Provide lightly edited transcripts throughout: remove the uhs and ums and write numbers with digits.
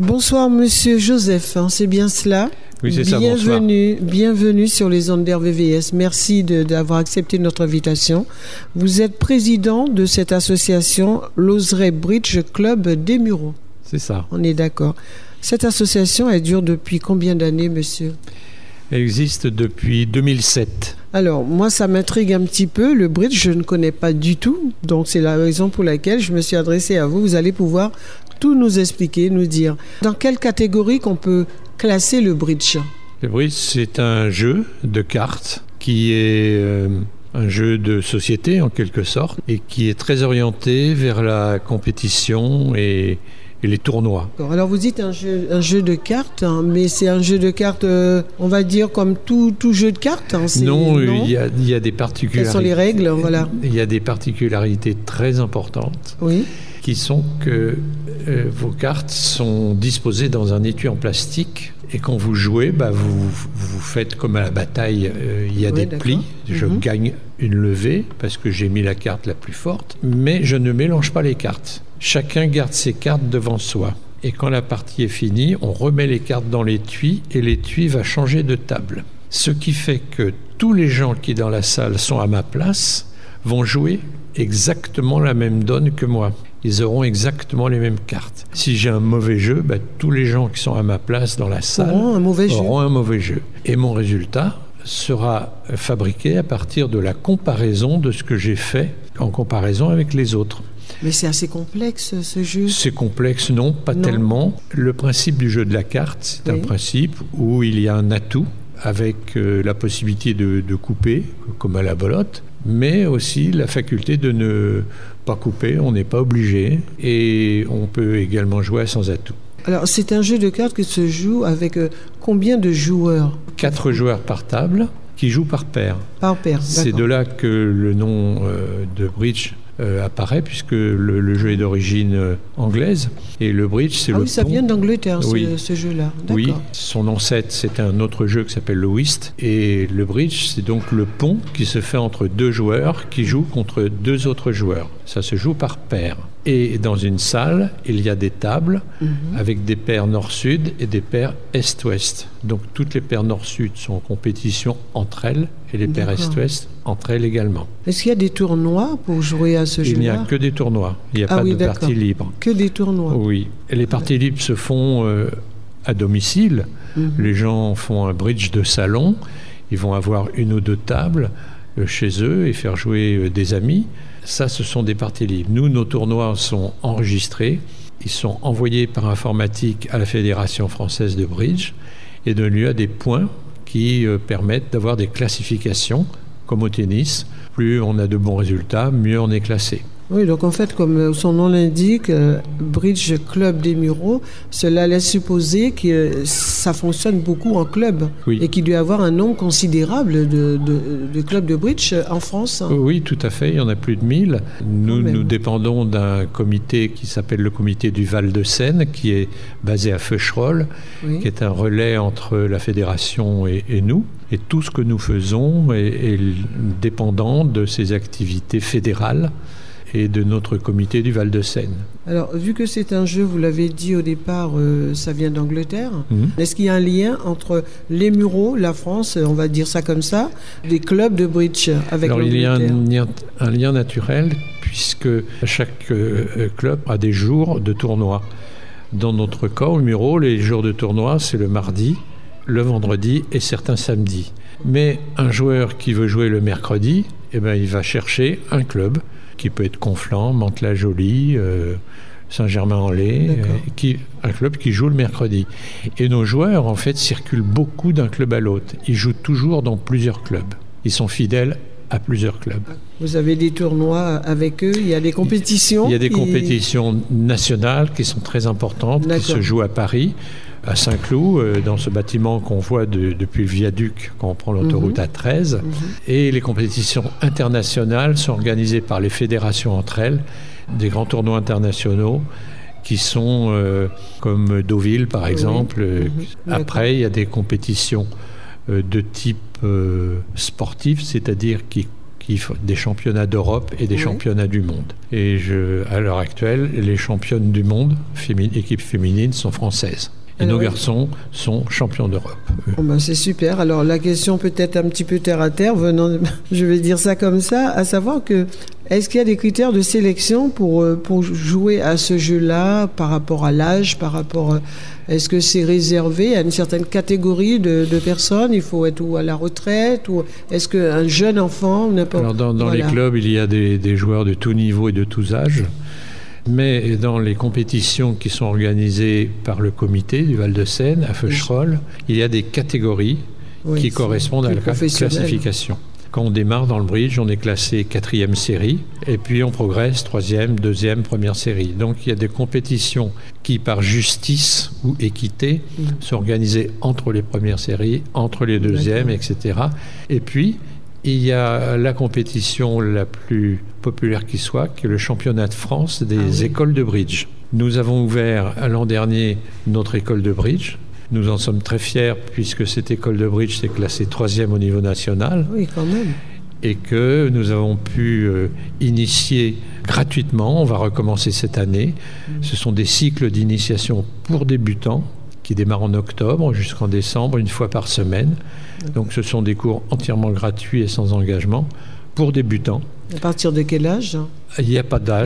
Bonsoir Monsieur Joseph, c'est bien cela? Oui, c'est ça, bonsoir. Bienvenue sur les ondes d'RVVS. Merci d'avoir accepté notre invitation. Vous êtes président de cette association, l'Ozray Bridge Club des Mureaux. C'est ça. On est d'accord. Cette association, elle dure depuis combien d'années, monsieur? Elle existe depuis 2007. Alors, moi, ça m'intrigue un petit peu. Le bridge, je ne connais pas du tout. Donc, c'est la raison pour laquelle je me suis adressée à vous. Vous allez pouvoir tout nous expliquer, nous dire. Dans quelle catégorie qu'on peut classer le bridge? Le bridge, c'est un jeu de cartes qui est un jeu de société, en quelque sorte, et qui est très orienté vers la compétition et les tournois. Alors vous dites un jeu de cartes, mais c'est un jeu de cartes, on va dire comme tout jeu de cartes. Non, il y a des particularités. Quelles sont les règles, voilà. Il y a des particularités très importantes, oui, qui sont que vos cartes sont disposées dans un étui en plastique, et quand vous jouez, vous faites comme à la bataille, il y a des plis. Je gagne une levée parce que j'ai mis la carte la plus forte, mais je ne mélange pas les cartes. Chacun garde ses cartes devant soi. Et quand la partie est finie, on remet les cartes dans l'étui et l'étui va changer de table. Ce qui fait que tous les gens qui dans la salle sont à ma place vont jouer exactement la même donne que moi. Ils auront exactement les mêmes cartes. Si j'ai un mauvais jeu, tous les gens qui sont à ma place dans la salle auront un mauvais jeu. Et mon résultat sera fabriqué à partir de la comparaison de ce que j'ai fait en comparaison avec les autres. Mais c'est assez complexe, ce jeu. C'est complexe, non, pas tellement. Le principe du jeu de la carte, c'est un principe où il y a un atout avec la possibilité de couper, comme à la belote, mais aussi la faculté de ne pas couper, on n'est pas obligé, et on peut également jouer sans atout. Alors, c'est un jeu de cartes qui se joue avec combien de joueurs? 4 joueurs par table, qui jouent par paire. Par paire, d'accord. C'est de là que le nom de bridge apparaît, puisque le jeu est d'origine anglaise, et le bridge, c'est le pont. Ça vient d'Angleterre, ce jeu-là. D'accord. Oui, son ancêtre, c'était un autre jeu qui s'appelle le whist, et le bridge, c'est donc le pont qui se fait entre 2 joueurs qui jouent contre 2 autres joueurs. Ça se joue par paire. Et dans une salle, il y a des tables avec des paires nord-sud et des paires est-ouest. Donc toutes les paires nord-sud sont en compétition entre elles, et les paires est-ouest entre elles également. Est-ce qu'il y a des tournois pour jouer à ce jeu-là? Il n'y a que des tournois, il n'y a pas de parties libres. Que des tournois? Oui, et les parties libres se font à domicile. Les gens font un bridge de salon, ils vont avoir 1 ou 2 tables chez eux et faire jouer des amis. Ça, ce sont des parties libres. Nous, nos tournois sont enregistrés, ils sont envoyés par informatique à la Fédération française de bridge et donnent lieu à des points qui permettent d'avoir des classifications, comme au tennis. Plus on a de bons résultats, mieux on est classé. Oui, donc en fait, comme son nom l'indique, Bridge Club des Mureaux, cela laisse supposer que ça fonctionne beaucoup en club et qu'il doit y avoir un nombre considérable de clubs de bridge en France. Oui, tout à fait, il y en a plus de 1000. Nous dépendons d'un comité qui s'appelle le comité du Val-de-Seine, qui est basé à Feucherolles, qui est un relais entre la fédération et nous. Et tout ce que nous faisons est dépendant de ces activités fédérales et de notre comité du Val-de-Seine. Alors, vu que c'est un jeu, vous l'avez dit au départ, ça vient d'Angleterre, est-ce qu'il y a un lien entre les Mureaux, la France, on va dire ça comme ça, des clubs de bridge avec l'Angleterre? Il y a un lien naturel, puisque chaque club a des jours de tournoi. Dans notre cas, au Mureaux, les jours de tournoi, c'est le mardi, le vendredi et certains samedis. Mais un joueur qui veut jouer le mercredi, il va chercher un club, qui peut être Conflans, Mantes-la-Jolie, Saint-Germain-en-Laye, un club qui joue le mercredi. Et nos joueurs, en fait, circulent beaucoup d'un club à l'autre. Ils jouent toujours dans plusieurs clubs. Ils sont fidèles à plusieurs clubs. Vous avez des tournois avec eux, il y a des compétitions? Il y a des compétitions nationales qui sont très importantes, qui se jouent à Paris, à Saint-Cloud, dans ce bâtiment qu'on voit depuis le viaduc quand on prend l'autoroute A13. Et les compétitions internationales sont organisées par les fédérations entre elles, des grands tournois internationaux qui sont comme Deauville par exemple. Après, il y a des compétitions de type sportif, c'est-à-dire qui qui font des championnats d'Europe et des championnats du monde. Et à l'heure actuelle, les championnes du monde, équipes féminines, sont françaises. Et nos garçons sont champions d'Europe. C'est super. Alors la question peut-être un petit peu terre à terre, je vais dire ça comme ça, à savoir que est-ce qu'il y a des critères de sélection pour jouer à ce jeu-là par rapport à l'âge, est-ce que c'est réservé à une certaine catégorie de personnes? Il faut être ou à la retraite, ou est-ce qu'un jeune enfant, n'importe. Alors dans les clubs, il y a des joueurs de tout niveau et de tous âges. Mais dans les compétitions qui sont organisées par le comité du Val-de-Seine, à Feucherolles, il y a des catégories qui correspondent à la classification. Quand on démarre dans le bridge, on est classé 4e série, et puis on progresse 3e, 2e, 1re série. Donc il y a des compétitions qui, par justice ou équité, sont organisées entre les premières séries, entre les deuxièmes, etc. Et puis, il y a la compétition la plus populaire qui soit, qui est le championnat de France des écoles de bridge. Nous avons ouvert l'an dernier notre école de bridge. Nous en sommes très fiers puisque cette école de bridge s'est classée 3e au niveau national. Oui, quand même. Et que nous avons pu initier gratuitement, on va recommencer cette année. Ce sont des cycles d'initiation pour débutants qui démarrent en octobre jusqu'en décembre, une fois par semaine. Donc ce sont des cours entièrement gratuits et sans engagement pour débutants. À partir de quel âge? Il n'y a pas d'âge.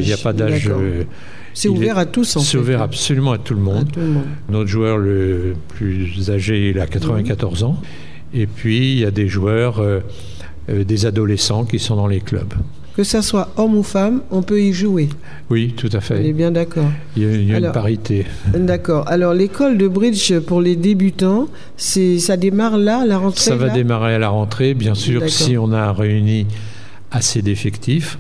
C'est ouvert à tous, en fait. C'est ouvert absolument à tout le monde. Notre joueur le plus âgé, il a 94 ans. Et puis, il y a des joueurs, des adolescents qui sont dans les clubs. Que ça soit homme ou femme, on peut y jouer. Oui, tout à fait. On est bien d'accord. Il y a une parité. D'accord. Alors, l'école de bridge pour les débutants, ça démarre là, à la rentrée? Ça va démarrer à la rentrée, bien sûr, si on a réuni assez d'effectifs.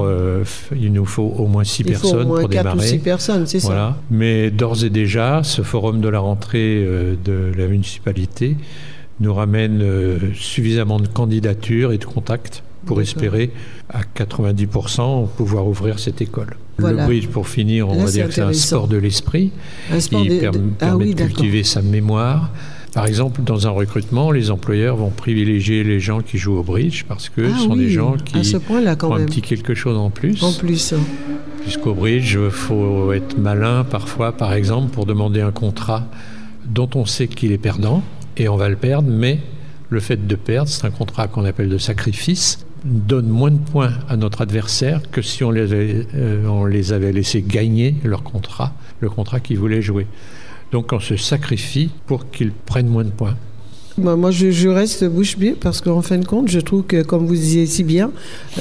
Il nous faut au moins 6 personnes pour démarrer. Il faut au moins 4 ou 6 personnes, c'est ça. Mais d'ores et déjà, ce forum de la rentrée de la municipalité nous ramène suffisamment de candidatures et de contacts pour espérer à 90% pouvoir ouvrir cette école. Le bridge, pour finir, on va dire que c'est un sport de l'esprit. Il permet de cultiver sa mémoire. Par exemple, dans un recrutement, les employeurs vont privilégier les gens qui jouent au bridge parce que ce sont des gens qui ont un petit quelque chose en plus. Puisqu'au bridge, il faut être malin parfois, par exemple, pour demander un contrat dont on sait qu'il est perdant et on va le perdre, mais le fait de perdre, c'est un contrat qu'on appelle de sacrifice, donne moins de points à notre adversaire que si on les avait laissés gagner leur contrat, le contrat qu'ils voulaient jouer. Donc on se sacrifie pour qu'ils prennent moins de points. Moi, je reste bouche bée parce qu'en fin de compte, je trouve que, comme vous disiez si bien,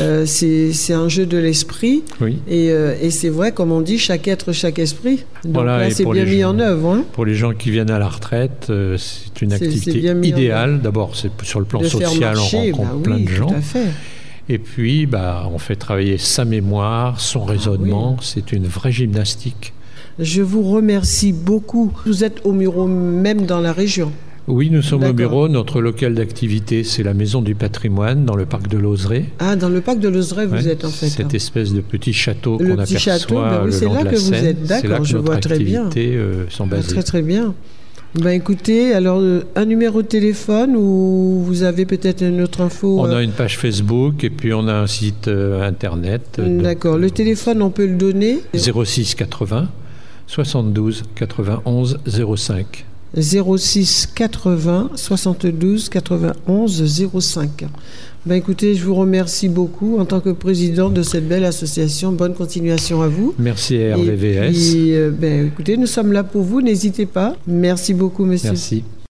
c'est un jeu de l'esprit. Oui. Et c'est vrai, comme on dit, chaque être, chaque esprit. Donc là, c'est bien mis en œuvre. Pour les gens qui viennent à la retraite, c'est une activité idéale. D'abord, c'est sur le plan social, on rencontre plein de gens. Tout à fait. Et puis, on fait travailler sa mémoire, son raisonnement. C'est une vraie gymnastique. Je vous remercie beaucoup. Vous êtes au Muro, même dans la région? Oui, nous sommes au Muro. Notre local d'activité, c'est la Maison du Patrimoine dans le parc de l'Ozeré. Ah, dans le parc de l'Ozeré, vous êtes en fait. Cette espèce de petit château qu'on aperçoit le c'est long là de la que Seine. Vous êtes, d'accord, c'est là que je vois très bien. Notre activité sont basées. Très très bien. Écoutez, alors un numéro de téléphone ou vous avez peut-être une autre info? On a une page Facebook et puis on a un site internet. D'accord. Le téléphone, on peut le donner? 06 80 72 91 05. 06 80 72 91 05. Écoutez, je vous remercie beaucoup en tant que président de cette belle association. Bonne continuation à vous. Merci à RVVS. Et puis, écoutez, nous sommes là pour vous. N'hésitez pas. Merci beaucoup, monsieur. Merci.